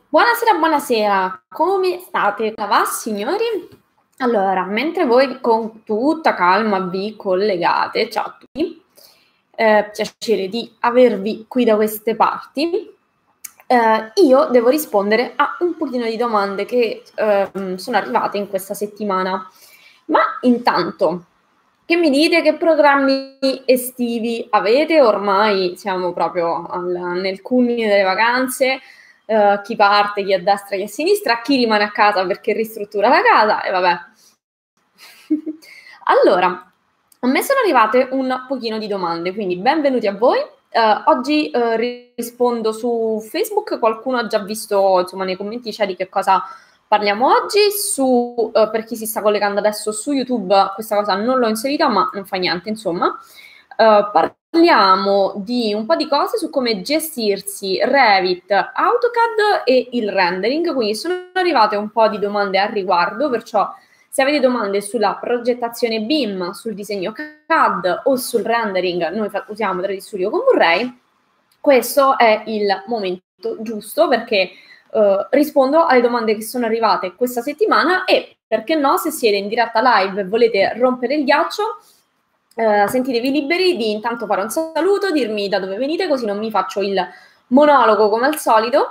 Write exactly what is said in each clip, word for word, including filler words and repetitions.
Buonasera, buonasera, come state? Come va, signori? Allora, mentre voi con tutta calma vi collegate, ciao a tutti, eh, piacere di avervi qui da queste parti. Eh, io devo rispondere a un pochino di domande che eh, sono arrivate in questa settimana. Ma intanto, che mi dite, che programmi estivi avete? Ormai siamo proprio al- nel culmine delle vacanze. Uh, chi parte, chi a destra, chi a sinistra, chi rimane a casa perché ristruttura la casa e vabbè. Allora, a me sono arrivate un pochino di domande, quindi benvenuti a voi. Uh, oggi uh, rispondo su Facebook, qualcuno ha già visto, insomma, nei commenti c'è di che cosa parliamo oggi. Su, uh, per chi si sta collegando adesso su YouTube, questa cosa non l'ho inserita, ma non fa niente, insomma. Uh, parliamo di un po' di cose su come gestirsi Revit, AutoCAD e il rendering, quindi sono arrivate un po' di domande al riguardo, perciò se avete domande sulla progettazione B I M, sul disegno C A D o sul rendering, noi usiamo tre D Studio con Vorrei, questo è il momento giusto perché uh, rispondo alle domande che sono arrivate questa settimana e, perché no, se siete in diretta live e volete rompere il ghiaccio, Uh, sentitevi liberi di intanto fare un saluto, dirmi da dove venite, così non mi faccio il monologo come al solito.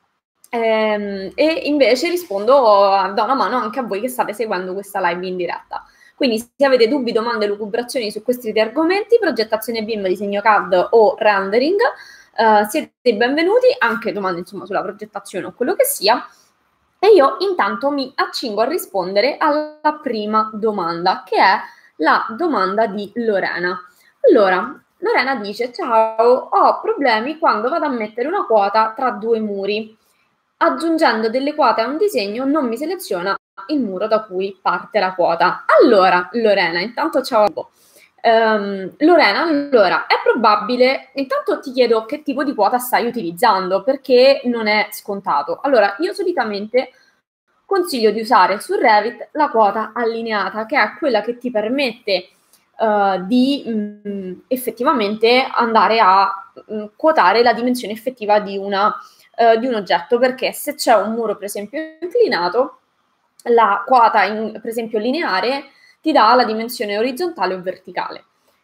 Ehm, e invece rispondo, do una mano anche a voi che state seguendo questa live in diretta. Quindi se avete dubbi, domande, lucubrazioni su questi tre argomenti, progettazione B I M, disegno C A D o rendering, uh, siete benvenuti, anche domande insomma sulla progettazione o quello che sia. E io intanto mi accingo a rispondere alla prima domanda, che è la domanda di Lorena. Allora, Lorena dice: ciao, ho problemi quando vado a mettere una quota tra due muri. Aggiungendo delle quote a un disegno non mi seleziona il muro da cui parte la quota. Allora, Lorena, intanto ciao. Um, Lorena, allora, è probabile, intanto ti chiedo che tipo di quota stai utilizzando, perché non è scontato. Allora, io solitamente consiglio di usare su Revit la quota allineata, che è quella che ti permette uh, di mh, effettivamente andare a mh, quotare la dimensione effettiva di, una, uh, di un oggetto, perché se c'è un muro per esempio inclinato, la quota in, per esempio lineare ti dà la dimensione orizzontale o verticale.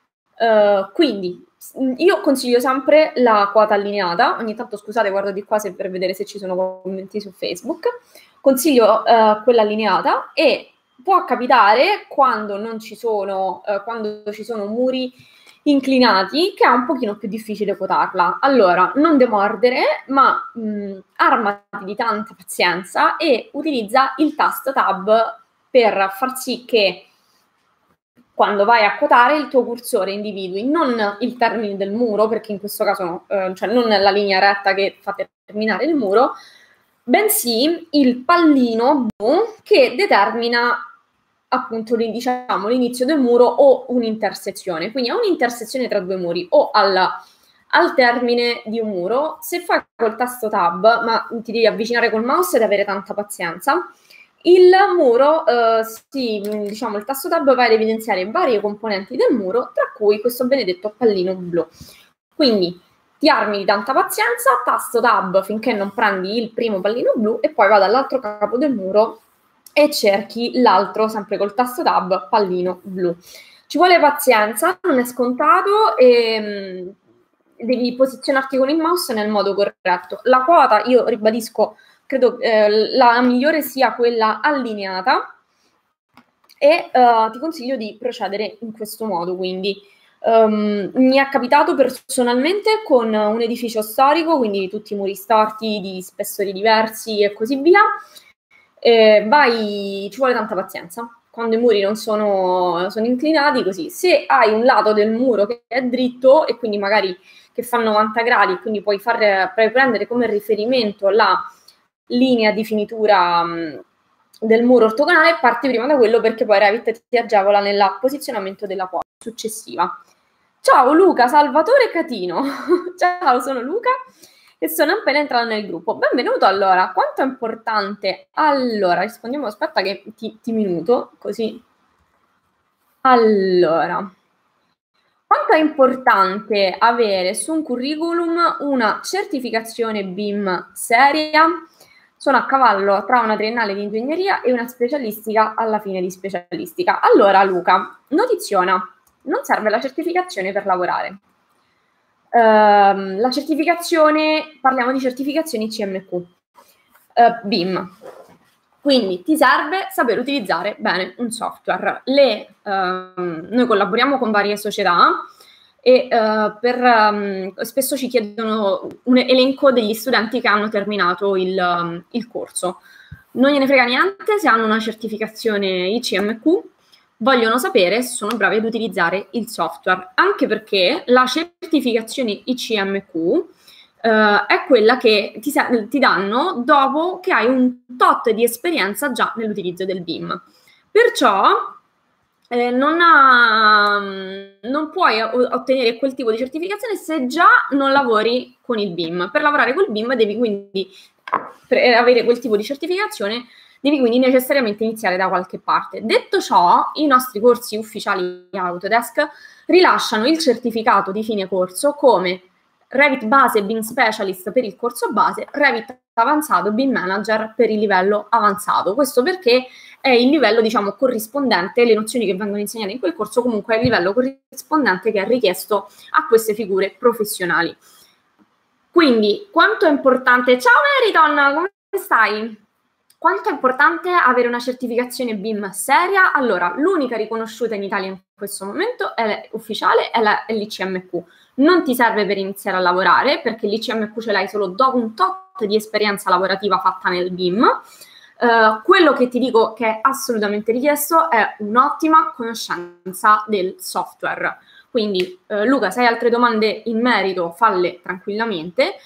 Uh, quindi io consiglio sempre la quota allineata. Ogni tanto, scusate, guardo di qua se per vedere se ci sono commenti su Facebook. Consiglio uh, quella allineata, e può capitare quando non ci sono, uh, quando ci sono muri inclinati, che è un pochino più difficile quotarla. Allora, non demordere, ma mh, armati di tanta pazienza e utilizza il tasto Tab per far sì che quando vai a quotare il tuo cursore individui non il termine del muro, perché in questo caso eh, cioè non la linea retta che fa terminare il muro, bensì il pallino blu che determina appunto diciamo, l'inizio del muro o un'intersezione. Quindi a un'intersezione tra due muri o alla, al termine di un muro, se fai col tasto Tab, ma ti devi avvicinare col mouse ed avere tanta pazienza, il muro, eh, sì, diciamo, il tasto Tab va ad evidenziare varie componenti del muro, tra cui questo benedetto pallino blu. Quindi ti armi di tanta pazienza, tasto Tab finché non prendi il primo pallino blu e poi vai dall'altro capo del muro e cerchi l'altro, sempre col tasto Tab, pallino blu. Ci vuole pazienza, non è scontato e mh, devi posizionarti con il mouse nel modo corretto. La quota, io ribadisco, credo eh, la migliore sia quella allineata, e uh, ti consiglio di procedere in questo modo. Quindi um, mi è capitato personalmente con un edificio storico, quindi tutti i muri storti di spessori diversi e così via. Eh, vai, ci vuole tanta pazienza quando i muri non sono, sono inclinati così. Se hai un lato del muro che è dritto e quindi magari che fa novanta gradi, quindi puoi, far, puoi prendere come riferimento la linea di finitura mh, del muro ortogonale, parti prima da quello, perché poi Revit ti agevola nel posizionamento della quota successiva. Ciao Luca, Salvatore Catino. Ciao, sono Luca e sono appena entrato nel gruppo. Benvenuto. Allora, quanto è importante? Allora, rispondiamo, aspetta che ti, ti minuto, così. Allora, quanto è importante avere su un curriculum una certificazione B I M seria? sono a cavallo tra una triennale di ingegneria e una specialistica alla fine di specialistica. Allora, Luca, notiziona, non serve la certificazione per lavorare. Uh, la certificazione, parliamo di certificazioni C M Q, uh, B I M. Quindi ti serve saper utilizzare bene un software. Le, uh, noi collaboriamo con varie società e uh, per, um, spesso ci chiedono un elenco degli studenti che hanno terminato il, um, il corso. Non gliene frega niente se hanno una certificazione I C M Q, vogliono sapere se sono bravi ad utilizzare il software, anche perché la certificazione I C M Q Uh, è quella che ti, ti danno dopo che hai un tot di esperienza già nell'utilizzo del B I M. Perciò eh, non, ha, non puoi ottenere quel tipo di certificazione se già non lavori con il B I M. Per lavorare col B I M devi quindi, per avere quel tipo di certificazione, devi quindi necessariamente iniziare da qualche parte. Detto ciò, i nostri corsi ufficiali Autodesk rilasciano il certificato di fine corso come Revit base e B I M Specialist per il corso base, Revit avanzato, B I M Manager per il livello avanzato. Questo perché è il livello, diciamo, corrispondente, le nozioni che vengono insegnate in quel corso comunque è il livello corrispondente che è richiesto a queste figure professionali. Quindi, quanto è importante... Ciao Meriton, come stai? Quanto è importante avere una certificazione B I M seria? Allora, l'unica riconosciuta in Italia in questo momento è ufficiale è l'I C M Q. Non ti serve per iniziare a lavorare, perché l'I C M Q ce l'hai solo dopo un tot di esperienza lavorativa fatta nel B I M. Uh, quello che ti dico che è assolutamente richiesto è un'ottima conoscenza del software. Quindi, uh, Luca, se hai altre domande in merito, falle tranquillamente.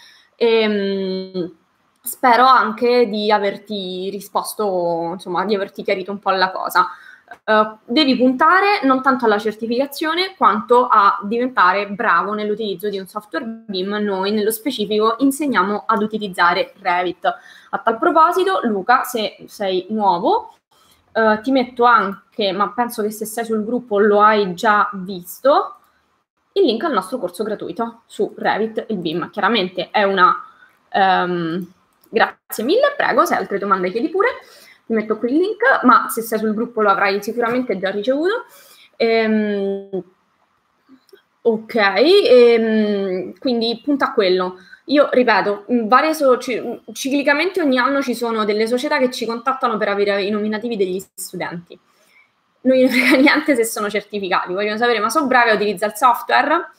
Ehm, spero anche di averti risposto, insomma, di averti chiarito un po' la cosa. Uh, devi puntare non tanto alla certificazione quanto a diventare bravo nell'utilizzo di un software B I M. Noi nello specifico insegniamo ad utilizzare Revit. A tal proposito, Luca, se sei nuovo, uh, ti metto anche, ma penso che se sei sul gruppo lo hai già visto, il link al nostro corso gratuito su Revit e il B I M. Chiaramente è una... Um, grazie mille, prego, se hai altre domande chiedi pure. Ti metto qui il link, ma se sei sul gruppo lo avrai sicuramente già ricevuto. Ehm, ok, ehm, quindi punta a quello. Io ripeto, varie so- ciclicamente ogni anno ci sono delle società che ci contattano per avere i nominativi degli studenti. Non gli frega niente se sono certificati, vogliono sapere ma sono bravi a utilizzare il software?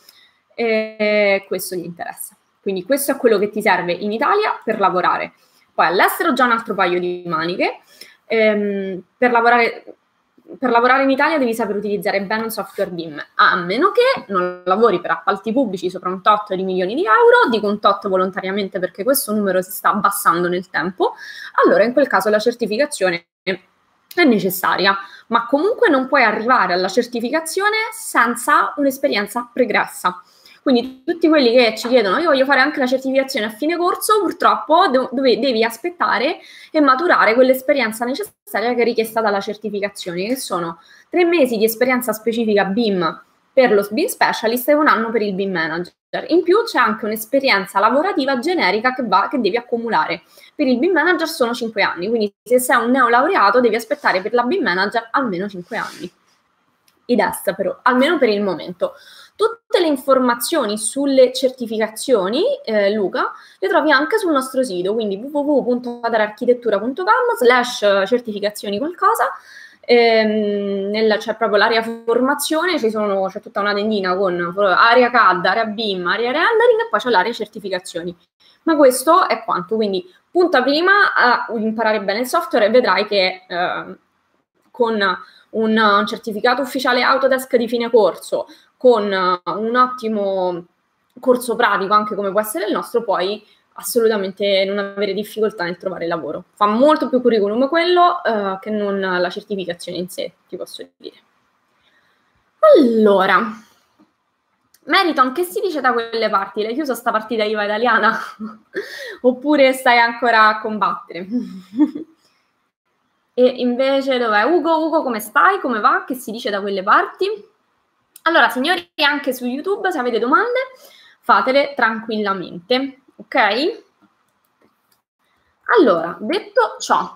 E questo gli interessa. Quindi questo è quello che ti serve in Italia per lavorare. Poi all'estero già un altro paio di maniche. Ehm, per, lavorare, per lavorare in Italia devi saper utilizzare bene un software B I M, a meno che non lavori per appalti pubblici sopra un tot di milioni di euro, dico un tot volontariamente perché questo numero si sta abbassando nel tempo, allora in quel caso la certificazione è necessaria, ma comunque non puoi arrivare alla certificazione senza un'esperienza pregressa. Quindi tutti quelli che ci chiedono io voglio fare anche la certificazione a fine corso, purtroppo dove devi aspettare e maturare quell'esperienza necessaria che è richiesta dalla certificazione, che sono tre mesi di esperienza specifica B I M per lo B I M Specialist e un anno per il B I M Manager. In più c'è anche un'esperienza lavorativa generica che, va, che devi accumulare. Per il B I M Manager sono cinque anni, quindi se sei un neolaureato devi aspettare per la B I M Manager almeno cinque anni. Id est però, almeno per il momento. Tutte le informazioni sulle certificazioni, eh, Luca, le trovi anche sul nostro sito, quindi w w w punto adararchitettura punto com slash certificazioni qualcosa. Ehm, nella, c'è proprio l'area formazione, ci sono, c'è tutta una tendina con area C A D, area B I M, area rendering e poi c'è l'area certificazioni. Ma questo è quanto, quindi punta prima a imparare bene il software e vedrai che eh, con un, un certificato ufficiale Autodesk di fine corso, con un ottimo corso pratico, anche come può essere il nostro, puoi assolutamente non avere difficoltà nel trovare lavoro. Fa molto più curriculum quello eh, che non la certificazione in sé, ti posso dire. Allora, Meriton, che si dice da quelle parti? L'hai chiusa sta partita I V A italiana? Oppure stai ancora a combattere? E invece dov'è? Ugo, Ugo, come stai? Come va? Che si dice da quelle parti? Allora, signori, anche su YouTube, se avete domande, fatele tranquillamente, ok? Allora, detto ciò,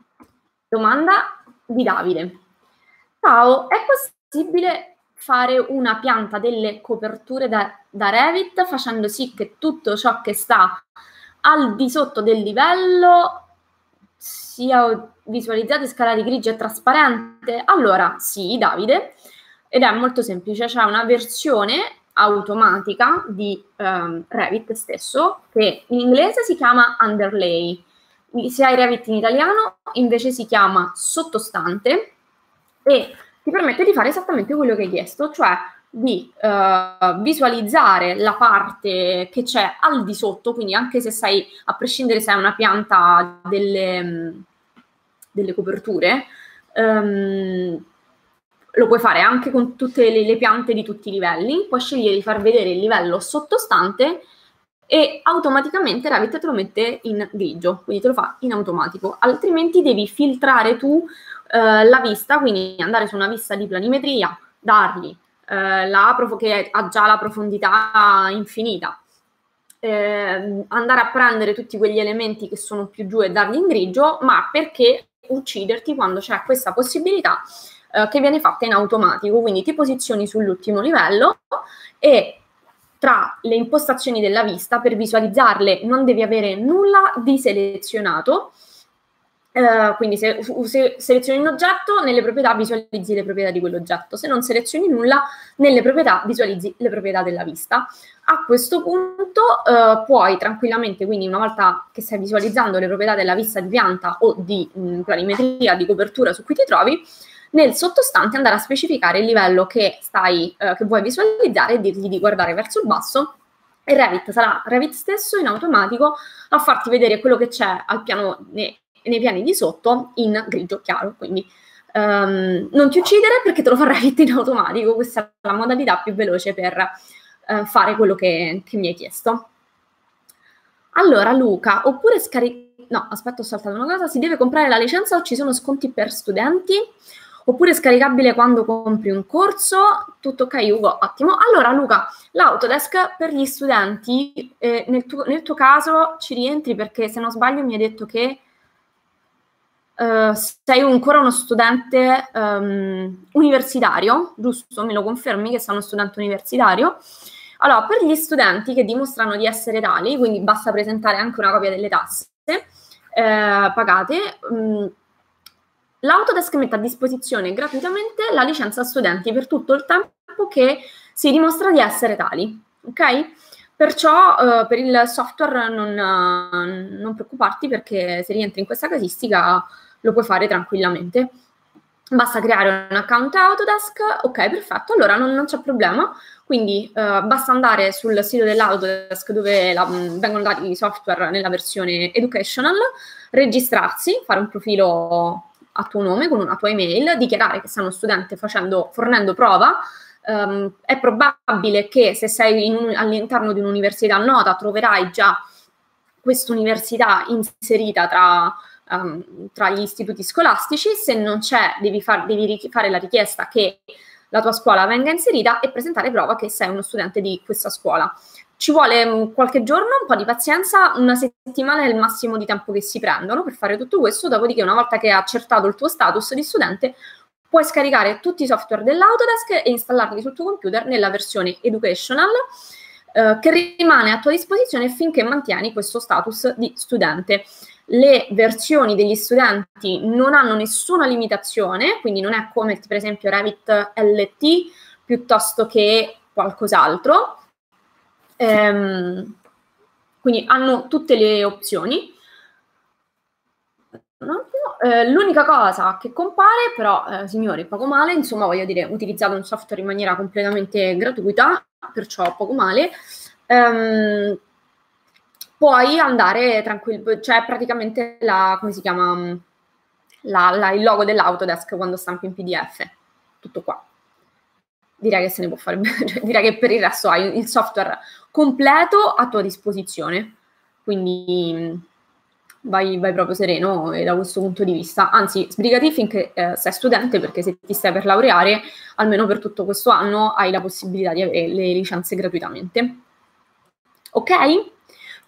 domanda di Davide. Ciao, è possibile fare una pianta delle coperture da, da Revit facendo sì che tutto ciò che sta al di sotto del livello sia visualizzato in scala di grigio e trasparente? Allora, sì, Davide, ed è molto semplice, c'è una versione automatica di um, Revit stesso che in inglese si chiama underlay. Se hai Revit in italiano invece si chiama sottostante e ti permette di fare esattamente quello che hai chiesto, cioè di uh, visualizzare la parte che c'è al di sotto, quindi anche se sei, a prescindere se hai una pianta delle, delle coperture, um, lo puoi fare anche con tutte le, le piante di tutti i livelli, puoi scegliere di far vedere il livello sottostante e automaticamente Revit te lo mette in grigio, quindi te lo fa in automatico, altrimenti devi filtrare tu eh, la vista, quindi andare su una vista di planimetria, dargli eh, la che ha già la profondità infinita, eh, andare a prendere tutti quegli elementi che sono più giù e darli in grigio, ma perché ucciderti quando c'è questa possibilità eh, che viene fatta in automatico, quindi ti posizioni sull'ultimo livello e tra le impostazioni della vista, per visualizzarle non devi avere nulla di selezionato, uh, quindi se, se selezioni un oggetto, nelle proprietà visualizzi le proprietà di quell'oggetto, se non selezioni nulla, nelle proprietà visualizzi le proprietà della vista. A questo punto uh, puoi tranquillamente, quindi una volta che stai visualizzando le proprietà della vista di pianta o di mh, planimetria, di copertura su cui ti trovi, nel sottostante andare a specificare il livello che, stai, eh, che vuoi visualizzare e dirgli di guardare verso il basso e Revit sarà Revit stesso in automatico a farti vedere quello che c'è al piano, nei, nei piani di sotto in grigio chiaro, quindi um, non ti uccidere perché te lo fa Revit in automatico, questa è la modalità più veloce per uh, fare quello che, che mi hai chiesto. Allora Luca, oppure scarica, no aspetta ho saltato una cosa, si deve comprare la licenza o ci sono sconti per studenti? Oppure scaricabile quando compri un corso? Tutto ok, Ugo? Ottimo. Allora, Luca, l'Autodesk per gli studenti, eh, nel, tuo, nel tuo caso ci rientri perché se non sbaglio mi hai detto che uh, sei ancora uno studente um, universitario, giusto? Me lo confermi che sei uno studente universitario? Allora, per gli studenti che dimostrano di essere tali, quindi basta presentare anche una copia delle tasse eh, pagate, um, l'Autodesk mette a disposizione gratuitamente la licenza studenti per tutto il tempo che si dimostra di essere tali, ok? Perciò eh, per il software non, non preoccuparti perché se rientri in questa casistica lo puoi fare tranquillamente. Basta creare un account Autodesk, ok, perfetto, allora non, non c'è problema. Quindi eh, basta andare sul sito dell'Autodesk dove la, vengono dati i software nella versione educational, registrarsi, fare un profilo a tuo nome con una tua email, dichiarare che sei uno studente facendo, fornendo prova. Um, è probabile che se sei all'interno di un'università nota troverai già questa università inserita tra, um, tra gli istituti scolastici. Se non c'è, devi, far, devi fare la richiesta che la tua scuola venga inserita e presentare prova che sei uno studente di questa scuola. Ci vuole qualche giorno, un po' di pazienza, una settimana è il massimo di tempo che si prendono per fare tutto questo, dopodiché una volta che hai accertato il tuo status di studente puoi scaricare tutti i software dell'Autodesk e installarli sul tuo computer nella versione educational eh, che rimane a tua disposizione finché mantieni questo status di studente. Le versioni degli studenti non hanno nessuna limitazione, quindi non è come per esempio Revit L T piuttosto che qualcos'altro. Ehm, quindi hanno tutte le opzioni. Eh, l'unica cosa che compare, però, eh, signori, poco male, insomma, voglio dire, utilizzate un software in maniera completamente gratuita, perciò poco male. Ehm, puoi andare tranquillo, cioè praticamente la, come si chiama, la, la, il logo dell'Autodesk quando stampi in P D F, tutto qua. Direi che se ne può fare bene, cioè, direi che per il resto hai il software completo a tua disposizione, quindi vai, vai proprio sereno e da questo punto di vista, anzi sbrigati finché eh, sei studente, perché se ti stai per laureare, almeno per tutto questo anno hai la possibilità di avere le licenze gratuitamente. Ok?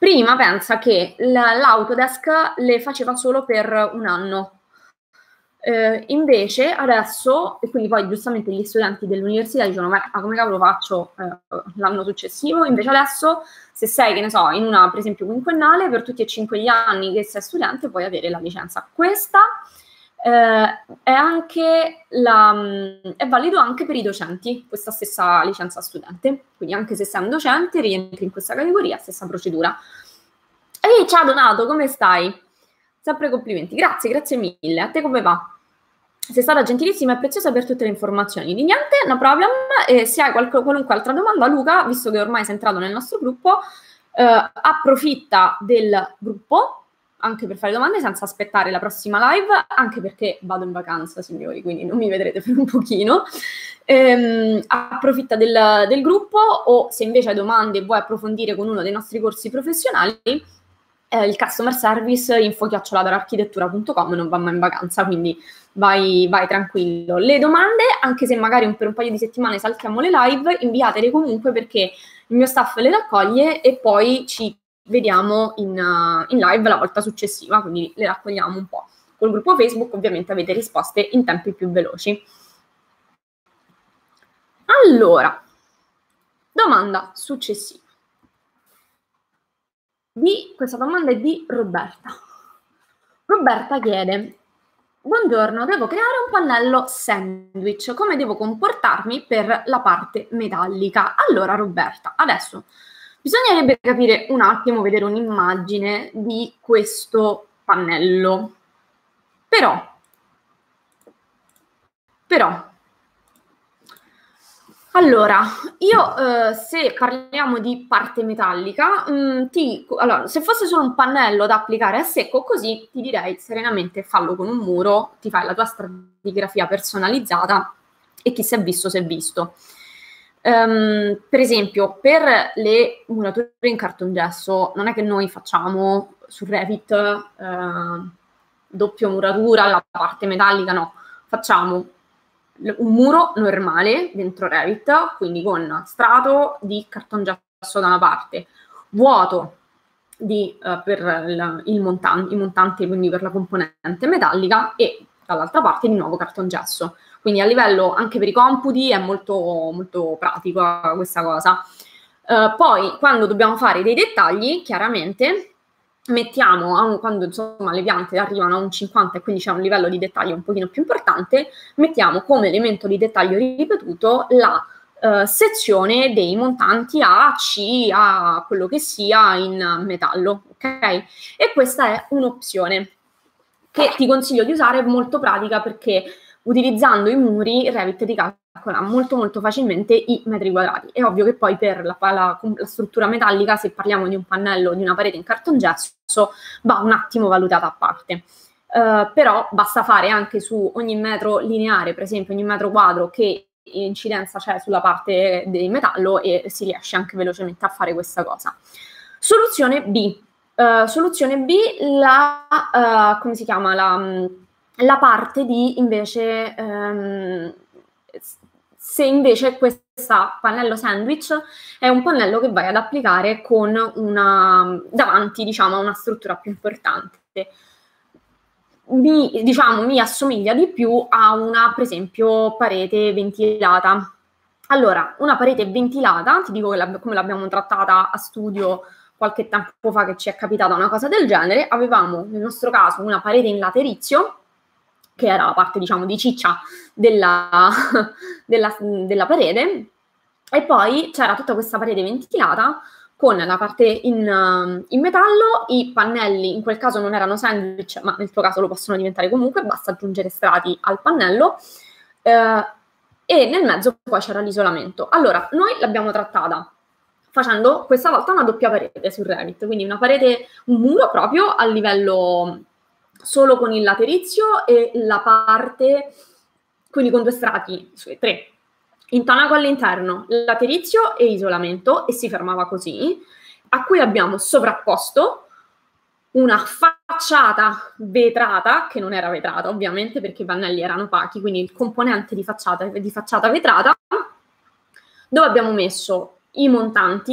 Prima pensa che l'Autodesk le faceva solo per un anno. Eh, invece adesso, e quindi poi giustamente gli studenti dell'università dicono ma come cavolo faccio eh, l'anno successivo? Invece adesso se sei, che ne so, in una per esempio quinquennale, per tutti e cinque gli anni che sei studente puoi avere la licenza. Questa eh, è anche la, è valido anche per i docenti, questa stessa licenza studente, quindi anche se sei un docente rientri in questa categoria, stessa procedura. Ehi, ciao Donato, come stai? Sempre complimenti, grazie, grazie mille. A te come va? Sei stata gentilissima e preziosa per tutte le informazioni. Di niente, no problem. E se hai qualche, qualunque altra domanda, Luca, visto che ormai sei entrato nel nostro gruppo, eh, approfitta del gruppo anche per fare domande senza aspettare la prossima live, anche perché vado in vacanza, signori, quindi non mi vedrete per un pochino. Ehm, approfitta del, del gruppo, o se invece hai domande e vuoi approfondire con uno dei nostri corsi professionali, Eh, il customer service info chiocciola architettura punto com non va mai in vacanza, quindi vai, vai tranquillo. Le domande, anche se magari un, per un paio di settimane saltiamo le live, inviatele comunque perché il mio staff le raccoglie e poi ci vediamo in, uh, in live la volta successiva, quindi le raccogliamo un po'. Col gruppo Facebook ovviamente avete risposte in tempi più veloci. Allora, domanda successiva. Di, questa domanda è di Roberta. Roberta chiede: buongiorno, devo creare un pannello sandwich, come devo comportarmi per la parte metallica? Allora Roberta, adesso bisognerebbe capire un attimo, vedere un'immagine di questo pannello. Però, però, allora, io eh, se parliamo di parte metallica, mh, ti, allora, se fosse solo un pannello da applicare a secco così, ti direi serenamente fallo con un muro, ti fai la tua stratigrafia personalizzata e chi si è visto si è visto. Um, per esempio, per le murature in cartongesso, non è che noi facciamo su Revit eh, doppia muratura, la parte metallica, no, facciamo un muro normale dentro Revit, quindi con strato di cartongesso da una parte, vuoto di, uh, per il, il montan- i montanti, quindi per la componente metallica, e dall'altra parte di nuovo cartongesso. Quindi a livello anche per i computi è molto, molto pratica questa cosa. Uh, poi quando dobbiamo fare dei dettagli, chiaramente mettiamo, a un, quando insomma le piante arrivano a un cinquanta e quindi c'è un livello di dettaglio un pochino più importante, mettiamo come elemento di dettaglio ripetuto la uh, sezione dei montanti A, C, A, quello che sia in metallo, ok? E questa è un'opzione che ti consiglio di usare, molto pratica, perché utilizzando i muri Revit ti calcola molto molto facilmente i metri quadrati. È ovvio che poi per la, la, la struttura metallica, se parliamo di un pannello, di una parete in cartongesso, va un attimo valutata a parte. Uh, però basta fare anche su ogni metro lineare, per esempio ogni metro quadro, che incidenza c'è sulla parte del metallo, e si riesce anche velocemente a fare questa cosa. Soluzione B. Uh, soluzione B, la, uh, come si chiama, la, la parte di invece, um, se invece questo pannello sandwich è un pannello che vai ad applicare con una, davanti, diciamo, a una struttura più importante. Mi, diciamo, mi assomiglia di più a una, per esempio, parete ventilata. Allora, una parete ventilata, ti dico che la, come l'abbiamo trattata a studio qualche tempo fa, che ci è capitata una cosa del genere. Avevamo nel nostro caso una parete in laterizio, che era la parte, diciamo, di ciccia della, della, della parete, e poi c'era tutta questa parete ventilata con la parte in, in metallo. I pannelli in quel caso non erano sandwich, ma nel tuo caso lo possono diventare comunque, basta aggiungere strati al pannello, eh, e nel mezzo poi c'era l'isolamento. Allora, noi l'abbiamo trattata facendo questa volta una doppia parete su Revit, quindi una parete, un muro proprio a livello solo con il laterizio e la parte, quindi con due strati, tre, intonaco all'interno, laterizio e isolamento, e si fermava così, a cui abbiamo sovrapposto una facciata vetrata, che non era vetrata ovviamente perché i pannelli erano opachi, quindi il componente di facciata, di facciata vetrata, dove abbiamo messo i montanti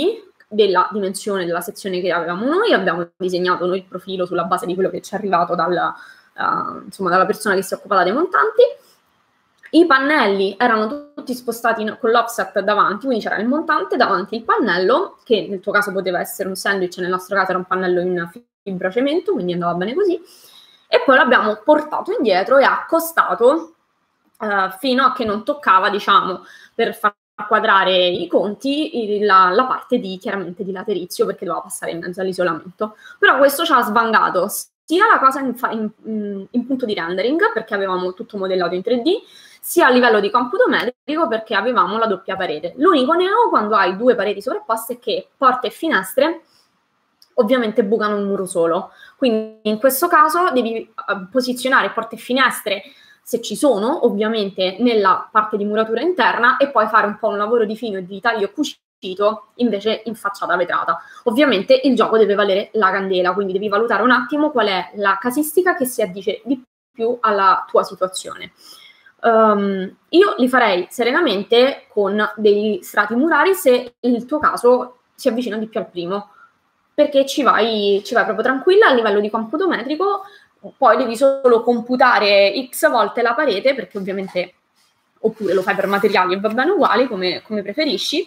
della dimensione della sezione che avevamo noi, abbiamo disegnato noi il profilo sulla base di quello che ci è arrivato dal, uh, insomma, dalla persona che si è occupata dei montanti. I pannelli erano tutti spostati in, con l'offset davanti, quindi c'era il montante davanti il pannello, che nel tuo caso poteva essere un sandwich, nel nostro caso era un pannello in fibra cemento, quindi andava bene così, e poi l'abbiamo portato indietro e accostato uh, fino a che non toccava, diciamo, per far quadrare i conti, la, la parte di, chiaramente, di laterizio, perché doveva passare in mezzo all'isolamento. Però questo ci ha svangato sia la cosa in, in, in punto di rendering, perché avevamo tutto modellato in tre D, sia a livello di computo metrico, perché avevamo la doppia parete. L'unico neo quando hai due pareti sovrapposte è che porte e finestre ovviamente bucano un muro solo. Quindi in questo caso devi posizionare porte e finestre, se ci sono, ovviamente nella parte di muratura interna, e poi fare un po' un lavoro di fino e di taglio cucito invece in facciata vetrata. Ovviamente il gioco deve valere la candela, quindi devi valutare un attimo qual è la casistica che si addice di più alla tua situazione. Um, io li farei serenamente con degli strati murari se il tuo caso si avvicina di più al primo, perché ci vai, ci vai proprio tranquilla a livello di computo metrico. Poi devi solo computare x volte la parete, perché ovviamente, oppure lo fai per materiali e va bene uguali, come, come preferisci,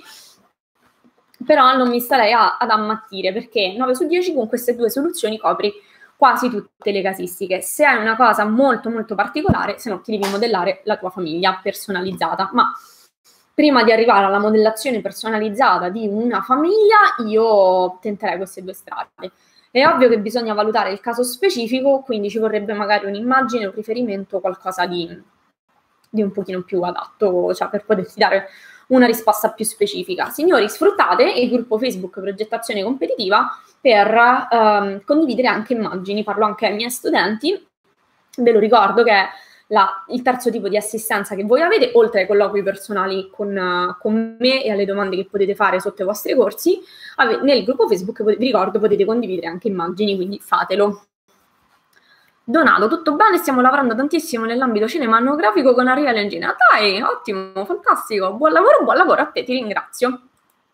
però non mi starei a, ad ammattire, perché nove su dieci con queste due soluzioni copri quasi tutte le casistiche. Se hai una cosa molto molto particolare, se no ti devi modellare la tua famiglia personalizzata, ma prima di arrivare alla modellazione personalizzata di una famiglia, io tenterei queste due strade. È ovvio che bisogna valutare il caso specifico, quindi ci vorrebbe magari un'immagine, un riferimento, qualcosa di, di un pochino più adatto, cioè per poterti dare una risposta più specifica. Signori, sfruttate il gruppo Facebook Progettazione Competitiva per um, condividere anche immagini. Parlo anche ai miei studenti, ve lo ricordo che è la, il terzo tipo di assistenza che voi avete, oltre ai colloqui personali con, uh, con me e alle domande che potete fare sotto i vostri corsi. Ave, nel gruppo Facebook, vi ricordo, potete condividere anche immagini, quindi fatelo. Donato, tutto bene? Stiamo lavorando tantissimo nell'ambito cinematografico con Unreal Engine. Ah, dai, ottimo, fantastico. Buon lavoro, buon lavoro a te, ti ringrazio.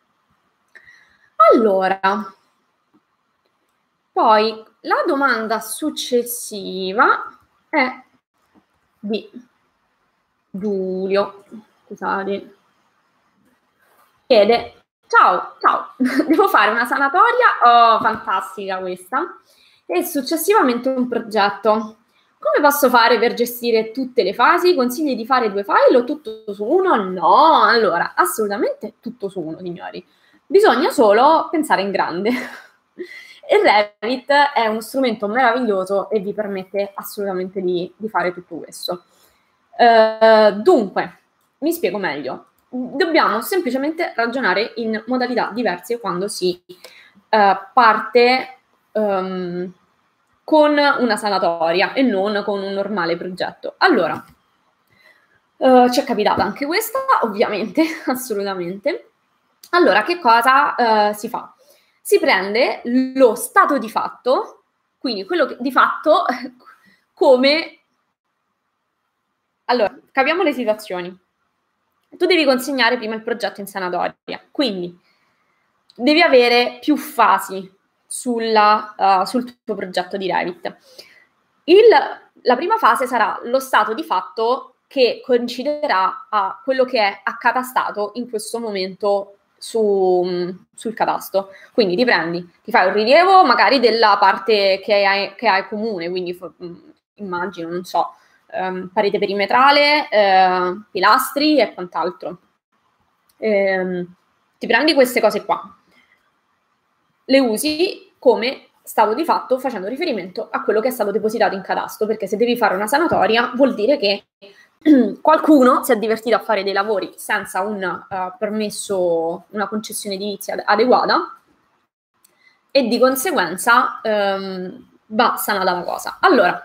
Allora, poi la domanda successiva è di Giulio. Scusate. Chiede, ciao, ciao, devo fare una sanatoria? Oh, fantastica questa. E successivamente un progetto. Come posso fare per gestire tutte le fasi? Consigli di fare due file o tutto su uno? No, allora, assolutamente tutto su uno, signori. Bisogna solo pensare in grande. E Revit è uno strumento meraviglioso e vi permette assolutamente di, di fare tutto questo. Uh, dunque, mi spiego meglio. Dobbiamo semplicemente ragionare in modalità diverse quando si uh, parte um, con una sanatoria e non con un normale progetto. Allora, uh, ci è capitata anche questa, ovviamente, assolutamente. Allora, che cosa uh, si fa? Si prende lo stato di fatto, quindi quello che di fatto come... Allora, capiamo le situazioni. Tu devi consegnare prima il progetto in sanatoria, quindi devi avere più fasi sulla, uh, sul tuo progetto di Revit. Il, la prima fase sarà lo stato di fatto che coinciderà a quello che è accatastato in questo momento su, sul catasto. Quindi ti prendi, ti fai un rilievo magari della parte che hai, che hai comune, quindi immagino, non so, Um, parete perimetrale, uh, pilastri e quant'altro. Um, ti prendi queste cose qua, le usi come stato di fatto facendo riferimento a quello che è stato depositato in catasto, perché se devi fare una sanatoria vuol dire che qualcuno si è divertito a fare dei lavori senza un uh, permesso, una concessione edilizia adeguata e di conseguenza um, va sanata la cosa. Allora,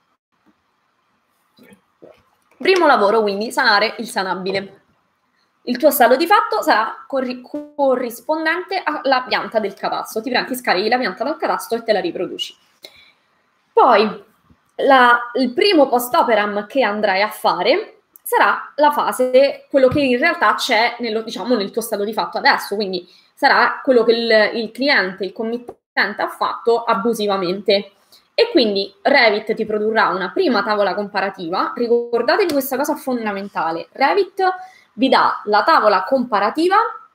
primo lavoro, quindi, sanare il sanabile. Il tuo stato di fatto sarà corri- corrispondente alla pianta del catasto. Ti prendi, scarichi la pianta dal catasto e te la riproduci. Poi, la, il primo post-operam che andrai a fare sarà la fase, quello che in realtà c'è nello, diciamo, nel tuo stato di fatto adesso. Quindi sarà quello che il, il cliente, il committente ha fatto abusivamente. E quindi Revit ti produrrà una prima tavola comparativa. Ricordatevi questa cosa fondamentale. Revit vi dà la tavola comparativa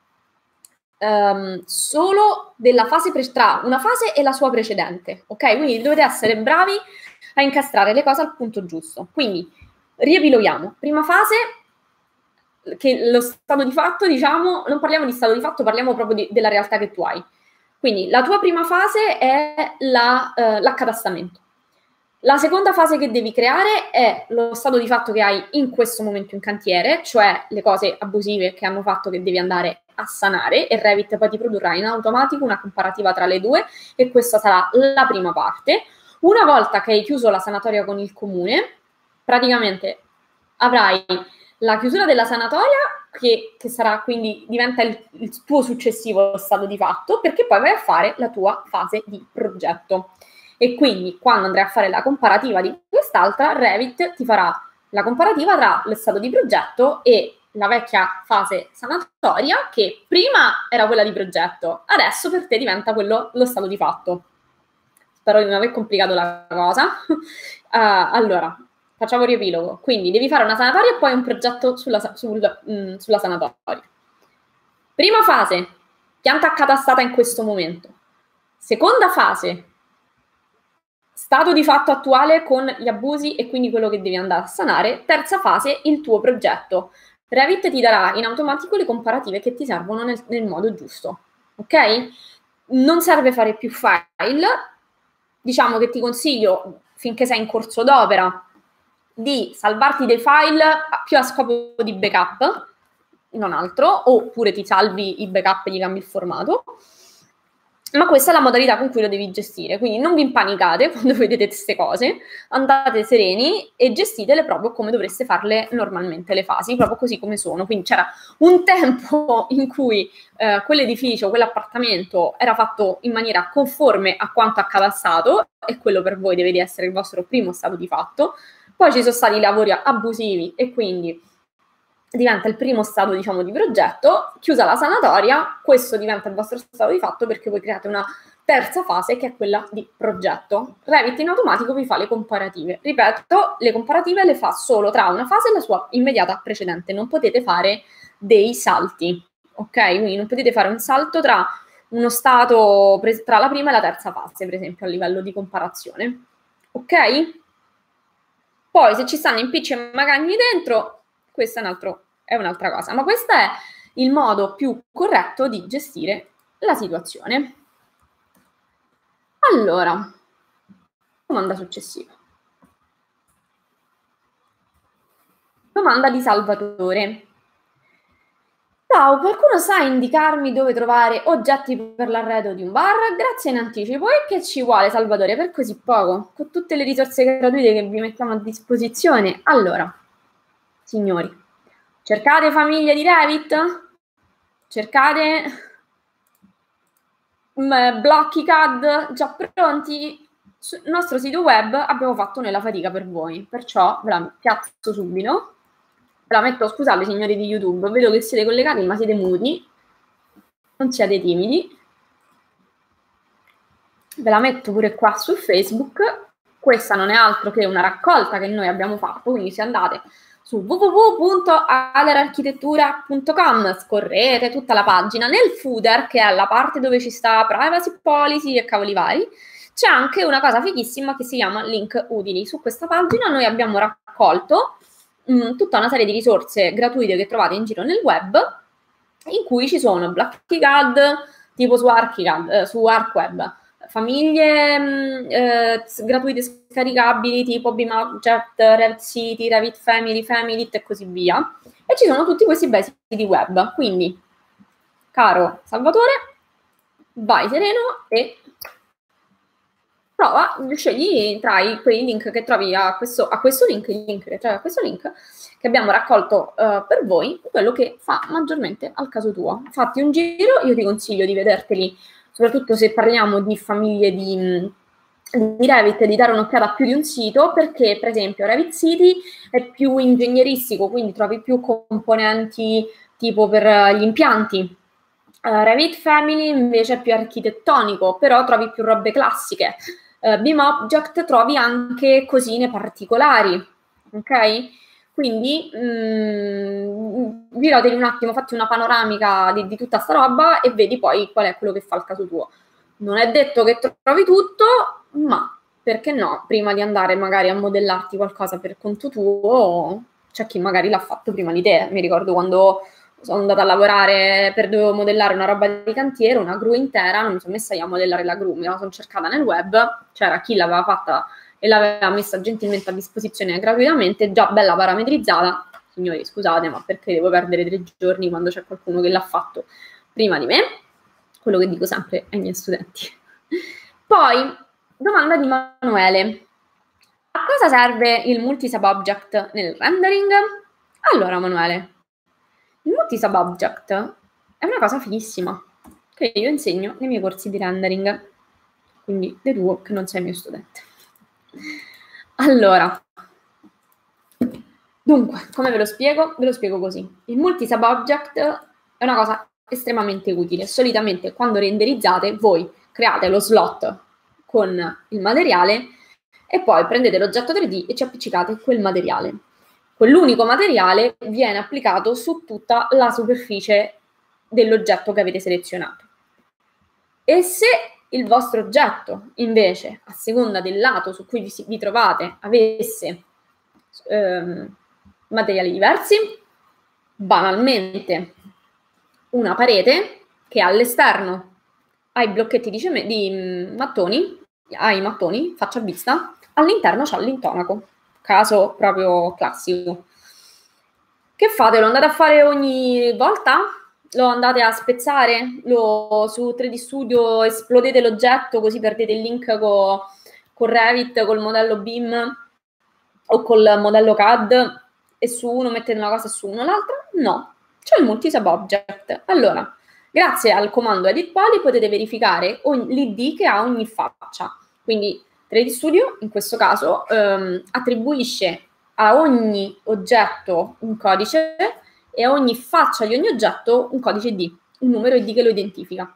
um, solo della fase pre- tra una fase e la sua precedente, ok? Quindi dovete essere bravi a incastrare le cose al punto giusto. Quindi riepiloghiamo. Prima fase, che lo stato di fatto, diciamo, non parliamo di stato di fatto, parliamo proprio di, della realtà che tu hai. Quindi la tua prima fase è la, eh, l'accatastamento. La seconda fase che devi creare è lo stato di fatto che hai in questo momento in cantiere, cioè le cose abusive che hanno fatto che devi andare a sanare, e Revit poi ti produrrà in automatico una comparativa tra le due, e questa sarà la prima parte. Una volta che hai chiuso la sanatoria con il comune, praticamente avrai la chiusura della sanatoria, che, che sarà quindi diventa il, il tuo successivo stato di fatto, perché poi vai a fare la tua fase di progetto. E quindi quando andrai a fare la comparativa di quest'altra, Revit ti farà la comparativa tra lo stato di progetto e la vecchia fase sanatoria, che prima era quella di progetto, adesso per te diventa quello lo stato di fatto. Spero di non aver complicato la cosa. uh, allora, facciamo riepilogo. Quindi devi fare una sanatoria e poi un progetto sulla, sul, mh, sulla sanatoria. Prima fase, pianta accatastata in questo momento. Seconda fase, stato di fatto attuale con gli abusi e quindi quello che devi andare a sanare. Terza fase, il tuo progetto. Revit ti darà in automatico le comparative che ti servono nel, nel modo giusto. Ok? Non serve fare più file. Diciamo che ti consiglio, finché sei in corso d'opera, di salvarti dei file più a scopo di backup, non altro, oppure ti salvi i backup e gli cambi il formato. Ma questa è la modalità con cui lo devi gestire, quindi non vi impanicate quando vedete queste cose, andate sereni e gestitele proprio come dovreste farle normalmente le fasi, proprio così come sono. Quindi c'era un tempo in cui eh, quell'edificio, quell'appartamento era fatto in maniera conforme a quanto accadastato, e quello per voi deve essere il vostro primo stato di fatto. Poi ci sono stati lavori abusivi e quindi diventa il primo stato, diciamo, di progetto. Chiusa la sanatoria, questo diventa il vostro stato di fatto, perché voi create una terza fase che è quella di progetto. Revit in automatico vi fa le comparative. Ripeto, le comparative le fa solo tra una fase e la sua immediata precedente. Non potete fare dei salti, ok? Quindi non potete fare un salto tra uno stato, tra la prima e la terza fase, per esempio, a livello di comparazione. Ok? Poi se ci stanno impicci e magagni dentro, questa è, un altro, è un'altra cosa, ma questo è il modo più corretto di gestire la situazione. Allora, domanda successiva. Domanda di Salvatore. Ciao, qualcuno sa indicarmi dove trovare oggetti per l'arredo di un bar? Grazie in anticipo. E che ci vuole, Salvatore, per così poco? Con tutte le risorse gratuite che vi mettiamo a disposizione. Allora, signori, cercate famiglie di Revit? Cercate mh, blocchi C A D già pronti? Sul nostro sito web abbiamo fatto noi la fatica per voi, perciò ve la piazzo subito. Ve la metto, scusate signori di YouTube, vedo che siete collegati ma siete muti, non siete timidi. Ve la metto pure qua su Facebook. Questa non è altro che una raccolta che noi abbiamo fatto, quindi se andate su w w w punto alerarchitettura punto com, scorrete tutta la pagina, nel footer, che è la parte dove ci sta privacy policy e cavoli vari, c'è anche una cosa fighissima che si chiama link utili. Su questa pagina noi abbiamo raccolto mh, tutta una serie di risorse gratuite che trovate in giro nel web, in cui ci sono blocchi C A D tipo su ArchiCAD, eh, su ArcWeb, famiglie mh, eh, gratuite scaricabili tipo BIMobject, Revit City, Revit Family, Familyt e così via. E ci sono tutti questi bei siti web. Quindi, caro Salvatore, vai sereno e prova, scegli tra i, quei link che trovi a questo, a questo link, il link che trovi a questo link che abbiamo raccolto uh, per voi, quello che fa maggiormente al caso tuo. Fatti un giro, io ti consiglio di vederteli, soprattutto se parliamo di famiglie di, di Revit, di dare un'occhiata a più di un sito, perché per esempio Revit City è più ingegneristico, quindi trovi più componenti tipo per gli impianti. Uh, Revit Family invece è più architettonico, però trovi più robe classiche. Uh, Beam Object trovi anche cosine particolari, ok? Quindi mh, giratevi un attimo, fatti una panoramica di, di tutta sta roba e vedi poi qual è quello che fa il caso tuo. Non è detto che trovi tutto, ma perché no? Prima di andare magari a modellarti qualcosa per conto tuo, c'è chi magari l'ha fatto prima di te. Mi ricordo quando sono andata a lavorare per dovevo modellare una roba di cantiere, una gru intera, non mi sono messa io a modellare la gru, me la sono cercata nel web, c'era chi l'aveva fatta e l'aveva messa gentilmente a disposizione gratuitamente, già bella parametrizzata. Signori, scusate, ma perché devo perdere tre giorni quando c'è qualcuno che l'ha fatto prima di me? Quello che dico sempre ai miei studenti. Poi, domanda di Manuele. A cosa serve il multi-sub-object nel rendering? Allora, Manuele, il multi-sub-object è una cosa fighissima che io insegno nei miei corsi di rendering, quindi deduco che non sei mio studente. Allora, dunque, come ve lo spiego? Ve lo spiego così. Il multi-sub-object è una cosa estremamente utile. Solitamente quando renderizzate voi create lo slot con il materiale e poi prendete l'oggetto tre D e ci appiccicate quel materiale. Quell'unico materiale viene applicato su tutta la superficie dell'oggetto che avete selezionato. E se il vostro oggetto, invece, a seconda del lato su cui vi, vi trovate, avesse ehm, materiali diversi, banalmente una parete che all'esterno ha i blocchetti di, ceme- di mattoni, ha i mattoni, faccia a vista, all'interno c'ha l'intonaco, caso proprio classico. Che fate? Lo andate a fare ogni volta? Lo andate a spezzare? Lo, su tre D Studio esplodete l'oggetto così perdete il link co, con Revit, col modello B I M o col modello C A D e su uno mettete una cosa e su uno l'altra? No, c'è il multi-sub-object. Allora, grazie al comando edit poly potete verificare l'I D che ha ogni faccia. Quindi tre D Studio, in questo caso, ehm, attribuisce a ogni oggetto un codice e a ogni faccia di ogni oggetto un codice I D, un numero I D che lo identifica.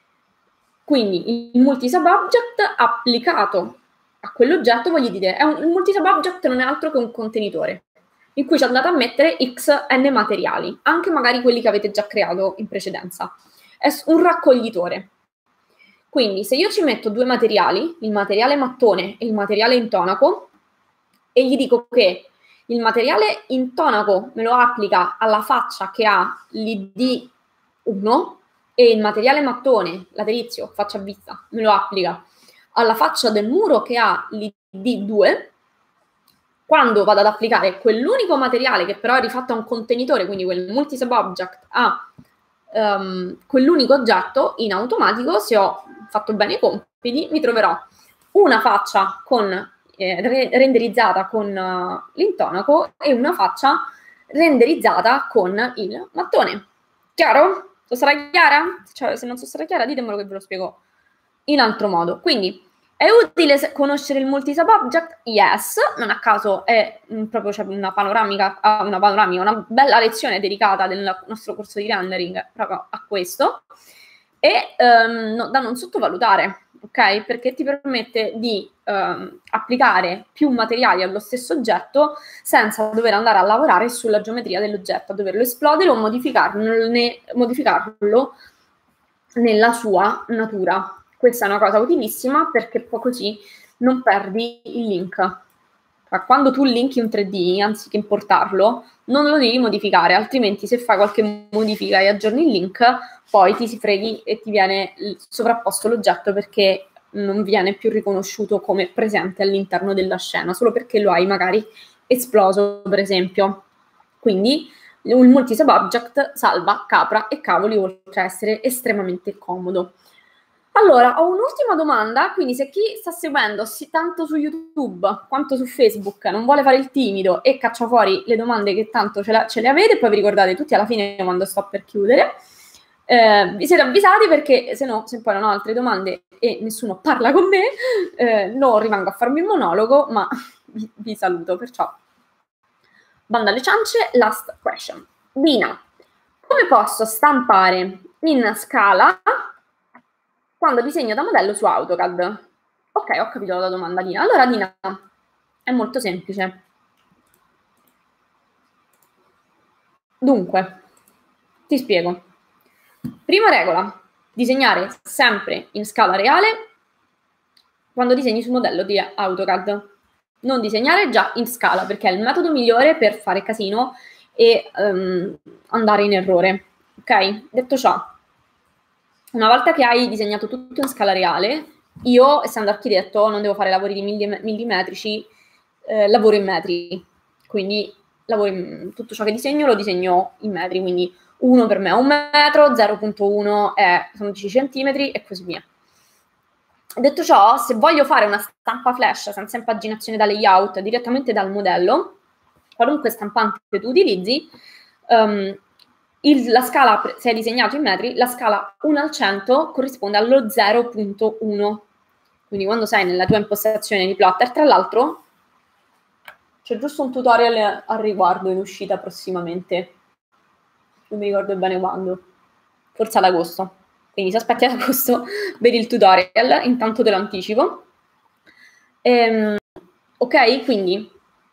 Quindi il multi-sub-object applicato a quell'oggetto, voglio dire, è un, il multi-sub-object non è altro che un contenitore in cui ci andate a mettere x n materiali, anche magari quelli che avete già creato in precedenza. È un raccoglitore. Quindi se io ci metto due materiali, il materiale mattone e il materiale intonaco, e gli dico che il materiale intonaco me lo applica alla faccia che ha l'I D uno e il materiale mattone, laterizio, faccia a vista, me lo applica alla faccia del muro che ha l'I D due, quando vado ad applicare quell'unico materiale che però è rifatto a un contenitore, quindi quel multi-sub-object a um, quell'unico oggetto, in automatico, se ho fatto bene i compiti, mi troverò una faccia con, eh, re- renderizzata con uh, l'intonaco e una faccia renderizzata con il mattone. Chiaro? Sono stata chiara? Cioè, se non sono stata chiara, ditemelo che ve lo spiego in altro modo. Quindi, è utile conoscere il multi-sub-object? Yes, non a caso è mh, proprio c'è una panoramica, una panoramica, una bella lezione dedicata del nostro corso di rendering proprio a questo, e um, no, da non sottovalutare, ok? Perché ti permette di um, applicare più materiali allo stesso oggetto senza dover andare a lavorare sulla geometria dell'oggetto, a doverlo esplodere o modificarlo, ne, modificarlo nella sua natura. Questa è una cosa utilissima perché poi così non perdi il link. Cioè, quando tu linki un tre D, anziché importarlo, non lo devi modificare, altrimenti se fai qualche modifica e aggiorni il link, poi ti si freghi e ti viene sovrapposto l'oggetto perché non viene più riconosciuto come presente all'interno della scena, solo perché lo hai magari esploso, per esempio. Quindi il multi-sub-object salva capra e cavoli, oltre a essere estremamente comodo. Allora, ho un'ultima domanda, quindi se chi sta seguendo sì, tanto su YouTube quanto su Facebook non vuole fare il timido e caccia fuori le domande che tanto ce, la, ce le avete, poi vi ricordate tutti alla fine quando sto per chiudere, eh, vi siete avvisati perché se no, se poi non ho altre domande e nessuno parla con me, eh, non rimango a farmi il monologo, ma vi, vi saluto, perciò banda alle ciance, last question. Dina, come posso stampare in scala quando disegno da modello su AutoCAD. Ok, ho capito la domanda, Dina. Allora, Dina, è molto semplice. Dunque, ti spiego. Prima regola, disegnare sempre in scala reale quando disegni su modello di AutoCAD. Non disegnare già in scala, perché è il metodo migliore per fare casino e um, andare in errore. Ok? Detto ciò, una volta che hai disegnato tutto in scala reale, io, essendo architetto, non devo fare lavori di millim- millimetrici, eh, lavoro in metri. Quindi lavoro in, tutto ciò che disegno lo disegno in metri, quindi uno per me è un metro, zero virgola uno è, sono dieci centimetri e così via. Detto ciò, se voglio fare una stampa flash senza impaginazione da layout direttamente dal modello, qualunque stampante tu utilizzi, um, il, la scala, se è disegnato in metri, la scala uno al cento corrisponde allo zero virgola uno. Quindi quando sei nella tua impostazione di plotter, tra l'altro, c'è giusto un tutorial al riguardo in uscita prossimamente. Non mi ricordo bene quando. Forse ad agosto. Quindi se aspetti ad agosto, vedi il tutorial, intanto te lo anticipo. Ehm, ok, quindi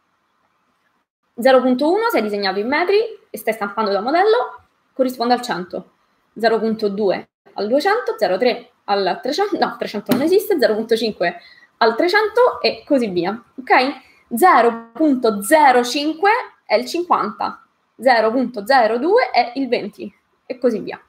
zero virgola uno se è disegnato in metri e stai stampando da modello, corrisponde al cento. zero virgola due al duecento, zero virgola tre al trecento, no, trecento non esiste, zero virgola cinque al trecento e così via. Ok? zero virgola zero cinque è il cinquanta, zero virgola zero due è il venti e così via.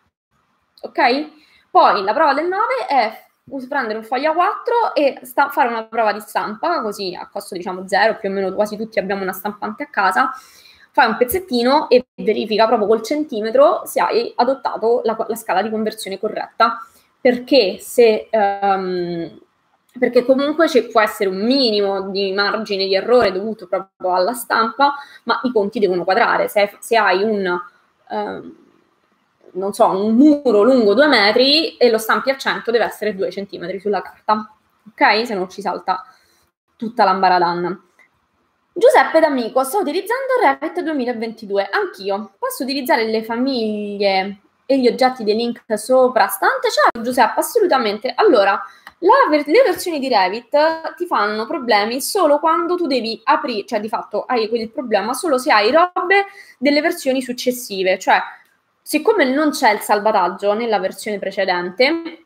Ok? Poi la prova del nove è prendere un foglio A quattro e sta- fare una prova di stampa, così a costo diciamo zero, più o meno quasi tutti abbiamo una stampante a casa, fai un pezzettino e verifica proprio col centimetro se hai adottato la, la scala di conversione corretta, perché se... Um, perché comunque ci può essere un minimo di margine di errore dovuto proprio alla stampa, ma i conti devono quadrare. Se, se hai un... Um, non so, un muro lungo due metri e lo stampi a cento deve essere due centimetri sulla carta, ok? Se no ci salta tutta l'ambaradan. Giuseppe D'Amico, sto utilizzando Revit duemilaventidue, anch'io. Posso utilizzare le famiglie e gli oggetti dei link soprastante? Ciao Giuseppe, assolutamente. Allora, la, le versioni di Revit ti fanno problemi solo quando tu devi aprire, cioè di fatto hai quel problema solo se hai robe delle versioni successive, cioè siccome non c'è il salvataggio nella versione precedente,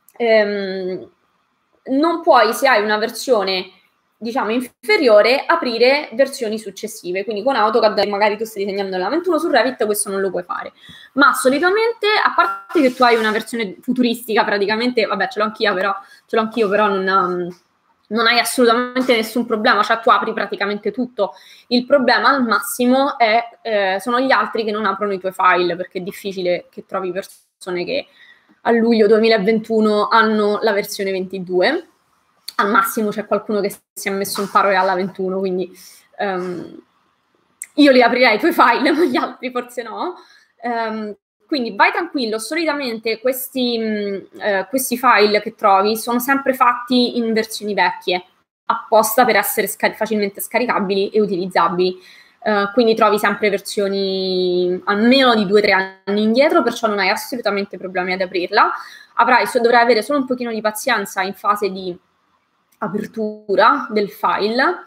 ehm, non puoi, se hai una versione diciamo inferiore, aprire versioni successive. Quindi con AutoCAD magari tu stai disegnando la ventuno su Revit, questo non lo puoi fare. Ma solitamente, a parte che tu hai una versione futuristica praticamente, vabbè ce l'ho anch'io però, ce l'ho anch'io però non... non hai assolutamente nessun problema, cioè tu apri praticamente tutto. Il problema al massimo è, eh, sono gli altri che non aprono i tuoi file, perché è difficile che trovi persone che a luglio duemilaventuno hanno la versione ventidue. Al massimo c'è qualcuno che si è messo un paro e ha la ventuno, quindi um, io li aprirei i tuoi file, ma gli altri forse no. Um, quindi vai tranquillo, solitamente questi, mh, eh, questi file che trovi sono sempre fatti in versioni vecchie, apposta per essere scar- facilmente scaricabili e utilizzabili. Uh, quindi trovi sempre versioni almeno di due o tre anni indietro, perciò non hai assolutamente problemi ad aprirla. Avrai, so, dovrai avere solo un pochino di pazienza in fase di apertura del file,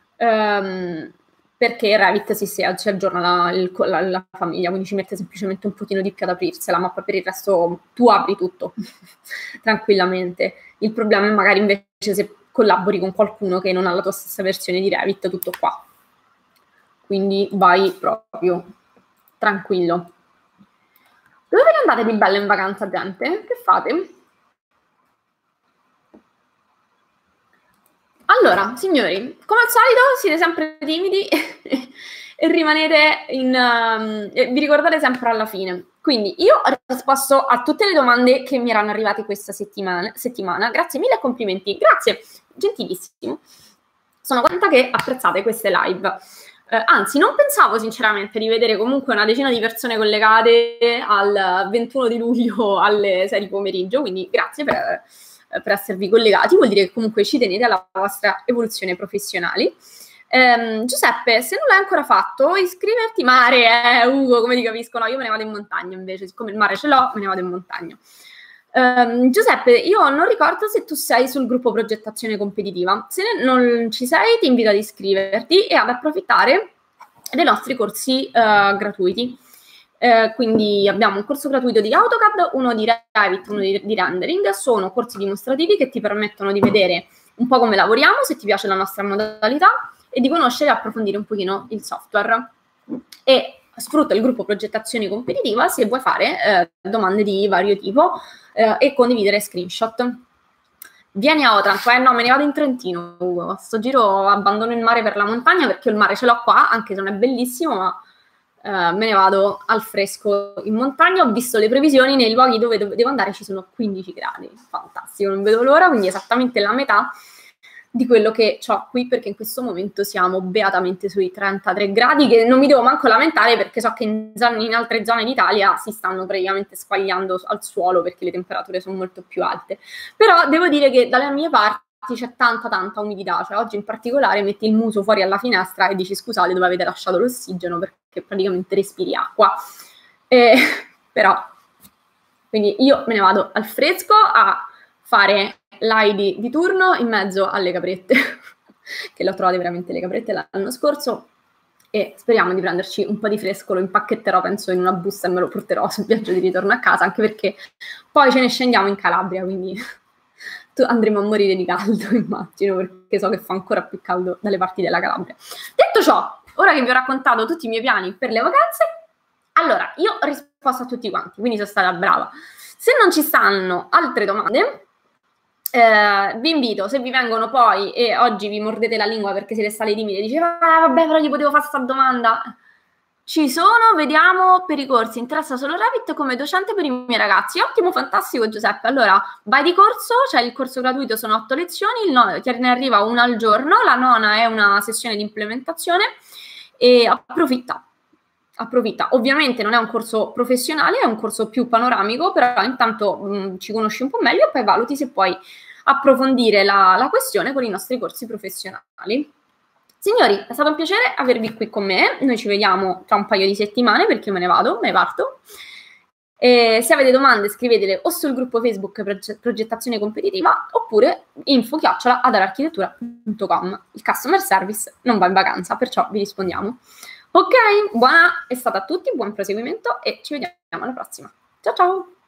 um, perché Revit si, si aggiorna la, il, la, la famiglia, quindi ci mette semplicemente un pochino di più ad aprirsela, ma poi per il resto tu apri tutto tranquillamente. Il problema è magari invece se collabori con qualcuno che non ha la tua stessa versione di Revit, tutto qua. Quindi vai proprio tranquillo. Dove vi andate di bello in vacanza, gente? Che fate? Allora, signori, come al solito siete sempre timidi e rimanete in... Um, e vi ricordate sempre alla fine. Quindi io ho risposto a tutte le domande che mi erano arrivate questa settimana. settimana. Grazie mille e complimenti. Grazie, gentilissimo. Sono contenta che apprezzate queste live. Eh, anzi, non pensavo sinceramente di vedere comunque una decina di persone collegate al ventuno di luglio alle sei di pomeriggio, quindi grazie per, per esservi collegati, vuol dire che comunque ci tenete alla vostra evoluzione professionale. Ehm, Giuseppe, se non l'hai ancora fatto, iscriverti. Mare, eh, Ugo, come ti capisco? No, io me ne vado in montagna invece, siccome il mare ce l'ho, me ne vado in montagna. Um, Giuseppe, io non ricordo se tu sei sul gruppo progettazione competitiva. Se non ci sei, ti invito ad iscriverti e ad approfittare dei nostri corsi uh, gratuiti. Uh, quindi abbiamo un corso gratuito di AutoCAD, uno di Revit, uno di, di rendering. Sono corsi dimostrativi che ti permettono di vedere un po' come lavoriamo, se ti piace la nostra modalità, e di conoscere e approfondire un pochino il software. E sfrutta il gruppo progettazione competitiva se vuoi fare eh, domande di vario tipo eh, e condividere screenshot. Vieni a Otranto, eh no, me ne vado in Trentino, Ugo. Sto giro abbandono il mare per la montagna perché il mare ce l'ho qua, anche se non è bellissimo, ma eh, me ne vado al fresco in montagna. Ho visto le previsioni, nei luoghi dove, dove devo andare ci sono quindici gradi, fantastico, non vedo l'ora, quindi esattamente la metà di quello che ho qui, perché in questo momento siamo beatamente sui trentatré gradi, che non mi devo manco lamentare perché so che in, zone, in altre zone d'Italia si stanno praticamente squagliando al suolo perché le temperature sono molto più alte. Però devo dire che dalle mie parti c'è tanta tanta umidità, cioè oggi in particolare metti il muso fuori alla finestra e dici scusate dove avete lasciato l'ossigeno perché praticamente respiri acqua. E, però, quindi io me ne vado al fresco a fare l'A I D di turno in mezzo alle caprette, che le ho trovate veramente le caprette l'anno scorso, e speriamo di prenderci un po' di fresco. Lo impacchetterò penso in una busta e me lo porterò sul viaggio di ritorno a casa, anche perché poi ce ne scendiamo in Calabria, quindi andremo a morire di caldo, immagino, perché so che fa ancora più caldo dalle parti della Calabria. Detto ciò, ora che vi ho raccontato tutti i miei piani per le vacanze, allora, io ho risposto a tutti quanti, quindi sono stata brava. Se non ci stanno altre domande, Eh, vi invito, se vi vengono poi e oggi vi mordete la lingua perché siete state timide, diceva ah, vabbè però gli potevo fare questa domanda, ci sono, vediamo per i corsi, interessa solo Revit come docente per i miei ragazzi. Ottimo, fantastico Giuseppe, allora vai di corso, c'è cioè il corso gratuito, sono otto lezioni, il no, ti ne arriva una al giorno, la nona è una sessione di implementazione e approfitta. Approfitta. Ovviamente non è un corso professionale, è un corso più panoramico, però intanto mh, ci conosci un po' meglio e poi valuti se puoi approfondire la, la questione con i nostri corsi professionali. Signori, è stato un piacere avervi qui con me, noi ci vediamo tra un paio di settimane perché io me ne vado, me ne parto. E se avete domande scrivetele o sul gruppo Facebook Progettazione Competitiva oppure info chiocciola adararchitettura punto com. Il customer service non va in vacanza, perciò vi rispondiamo. Ok, buona estate a tutti, buon proseguimento e ci vediamo alla prossima. Ciao ciao!